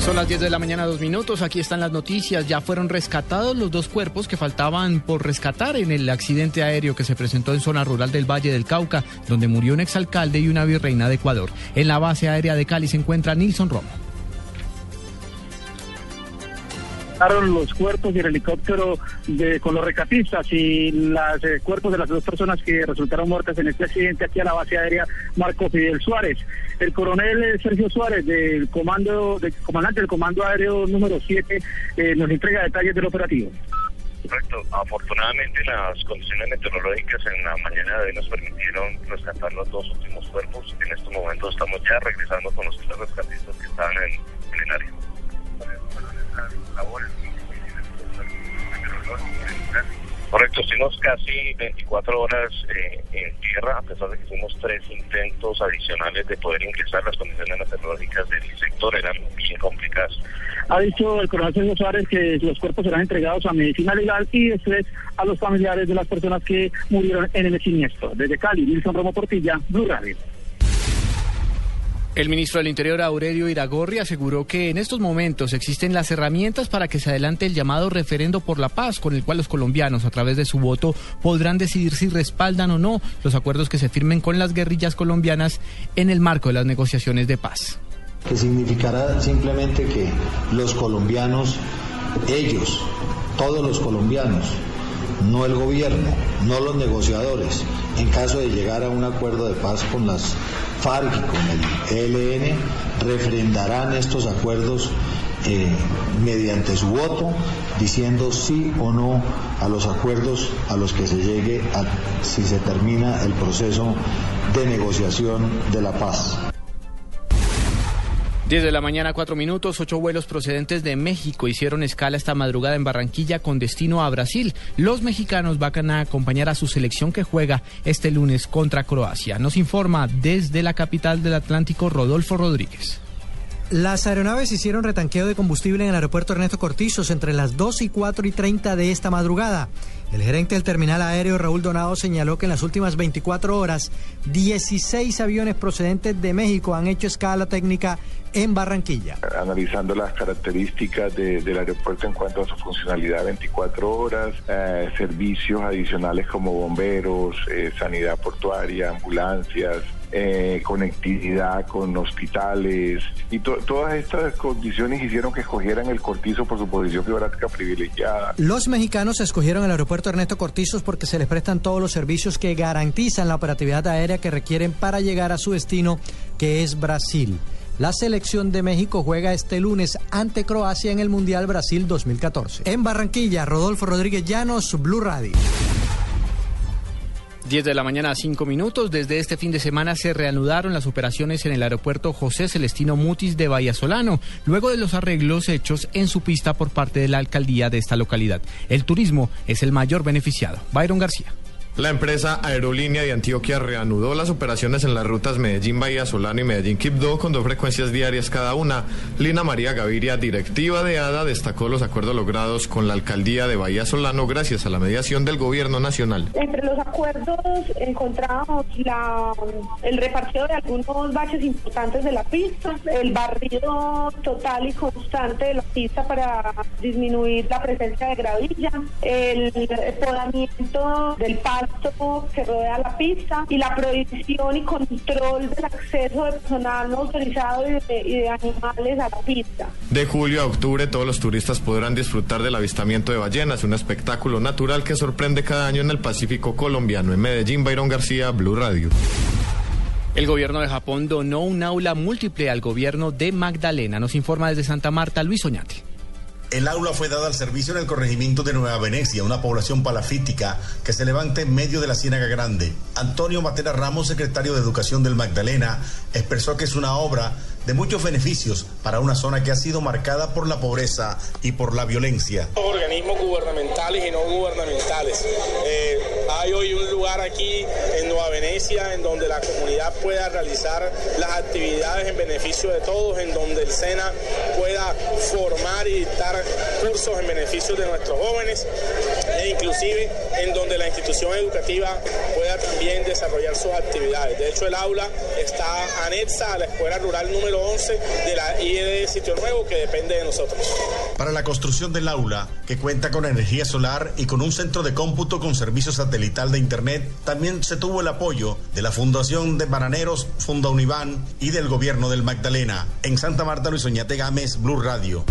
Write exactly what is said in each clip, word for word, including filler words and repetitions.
Son las diez de la mañana, dos minutos. Aquí están las noticias. Ya fueron rescatados los dos cuerpos que faltaban por rescatar en el accidente aéreo que se presentó en zona rural del Valle del Cauca, donde murió un exalcalde y una virreina de Ecuador. En la base aérea de Cali se encuentra Nilson Romo. Los cuerpos y el helicóptero de, con los rescatistas y los eh, cuerpos de las dos personas que resultaron muertas en este accidente aquí a la base aérea Marco Fidel Suárez. El coronel Sergio Suárez, del comando, del comandante del comando aéreo número siete, eh, nos entrega detalles del operativo. Correcto. Afortunadamente las condiciones meteorológicas en la mañana de hoy nos permitieron rescatar los dos últimos cuerpos. En estos momentos estamos ya regresando con los tres rescatistas que estaban en, en el área. Correcto, estuvimos casi veinticuatro horas eh, en tierra, a pesar de que hicimos tres intentos adicionales de poder ingresar. Las condiciones meteorológicas del sector eran bien complicadas. Ha dicho el coronel Sergio Suárez que los cuerpos serán entregados a medicina legal y después a los familiares de las personas que murieron en el siniestro. Desde Cali, Nilson Romo Portilla, Blue Radio. El ministro del Interior, Aurelio Iragorri, aseguró que en estos momentos existen las herramientas para que se adelante el llamado referendo por la paz, con el cual los colombianos, a través de su voto, podrán decidir si respaldan o no los acuerdos que se firmen con las guerrillas colombianas en el marco de las negociaciones de paz. Que significará simplemente que los colombianos, ellos, todos los colombianos, no el gobierno, no los negociadores, en caso de llegar a un acuerdo de paz con las FARC y con el E L N, refrendarán estos acuerdos eh, mediante su voto, diciendo sí o no a los acuerdos a los que se llegue a, si se termina el proceso de negociación de la paz. diez de la mañana, cuatro minutos, ocho vuelos procedentes de México hicieron escala esta madrugada en Barranquilla con destino a Brasil. Los mexicanos van a acompañar a su selección que juega este lunes contra Croacia. Nos informa desde la capital del Atlántico, Rodolfo Rodríguez. Las aeronaves hicieron retanqueo de combustible en el aeropuerto Ernesto Cortizos entre las dos y cuatro y treinta de esta madrugada. El gerente del terminal aéreo, Raúl Donado, señaló que en las últimas veinticuatro horas, dieciséis aviones procedentes de México han hecho escala técnica en Barranquilla. Analizando las características de, del aeropuerto en cuanto a su funcionalidad veinticuatro horas, eh, servicios adicionales como bomberos, eh, sanidad portuaria, ambulancias, Eh, conectividad con hospitales y to- todas estas condiciones hicieron que escogieran el Cortizo por su posición geográfica privilegiada. Los mexicanos escogieron el aeropuerto Ernesto Cortizos porque se les prestan todos los servicios que garantizan la operatividad aérea que requieren para llegar a su destino, que es Brasil. La selección de México juega este lunes ante Croacia en el Mundial Brasil dos mil catorce. En Barranquilla, Rodolfo Rodríguez Llanos, Blue Radio. diez de la mañana, cinco minutos. Desde este fin de semana se reanudaron las operaciones en el aeropuerto José Celestino Mutis de Vallasolano, luego de los arreglos hechos en su pista por parte de la alcaldía de esta localidad. El turismo es el mayor beneficiado. Byron García. La empresa Aerolínea de Antioquia reanudó las operaciones en las rutas Medellín-Bahía Solano y Medellín-Quibdó con dos frecuencias diarias cada una. Lina María Gaviria, directiva de ADA, destacó los acuerdos logrados con la alcaldía de Bahía Solano gracias a la mediación del gobierno nacional. Entre los acuerdos encontramos la, el repartido de algunos baches importantes de la pista, el barrido total y constante de la pista para disminuir la presencia de gravilla, el podamiento del pasto que rodea la pista y la prohibición y control del acceso de personal no autorizado y de, y de animales a la pista. De julio a octubre todos los turistas podrán disfrutar del avistamiento de ballenas, un espectáculo natural que sorprende cada año en el Pacífico colombiano. En Medellín, Byron García, Blue Radio. El gobierno de Japón donó un aula múltiple al gobierno de Magdalena. Nos informa desde Santa Marta, Luis Oñate. El aula fue dada al servicio en el corregimiento de Nueva Venecia, una población palafítica que se levanta en medio de la Ciénaga Grande. Antonio Matera Ramos, secretario de Educación del Magdalena, expresó que es una obra de muchos beneficios para una zona que ha sido marcada por la pobreza y por la violencia. Organismos gubernamentales y no gubernamentales. Eh, hay hoy un lugar aquí en Nueva Venecia en donde la comunidad pueda realizar las actividades en beneficio de todos, en donde el SENA pueda formar y dictar cursos en beneficio de nuestros jóvenes e inclusive en donde la institución educativa pueda pueda también desarrollar sus actividades. De hecho, el aula está anexa a la Escuela Rural número once de la I E D Sitio Nuevo, que depende de nosotros. Para la construcción del aula, que cuenta con energía solar y con un centro de cómputo con servicio satelital de internet, también se tuvo el apoyo de la Fundación de Bananeros, Funda Univán y del Gobierno del Magdalena. En Santa Marta, Luis Oñate Gámez, Blue Radio.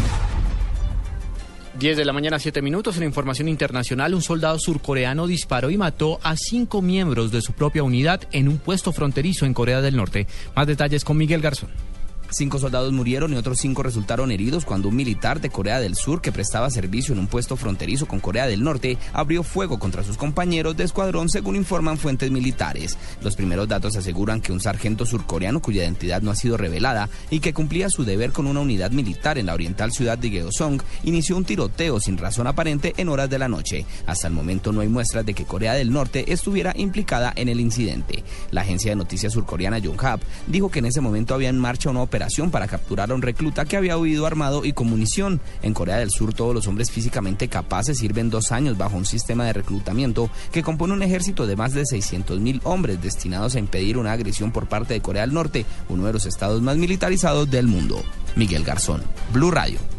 diez de la mañana, siete minutos. En información internacional, un soldado surcoreano disparó y mató a cinco miembros de su propia unidad en un puesto fronterizo en Corea del Norte. Más detalles con Miguel Garzón. Cinco soldados murieron y otros cinco resultaron heridos cuando un militar de Corea del Sur que prestaba servicio en un puesto fronterizo con Corea del Norte abrió fuego contra sus compañeros de escuadrón, según informan fuentes militares. Los primeros datos aseguran que un sargento surcoreano cuya identidad no ha sido revelada y que cumplía su deber con una unidad militar en la oriental ciudad de Gyeongsang inició un tiroteo sin razón aparente en horas de la noche. Hasta el momento no hay muestras de que Corea del Norte estuviera implicada en el incidente. La agencia de noticias surcoreana Yonhap dijo que en ese momento había en marcha una operación para capturar a un recluta que había huido armado y con munición. En Corea del Sur, todos los hombres físicamente capaces sirven dos años bajo un sistema de reclutamiento que compone un ejército de más de seiscientos mil hombres destinados a impedir una agresión por parte de Corea del Norte, uno de los estados más militarizados del mundo. Miguel Garzón, Blue Radio.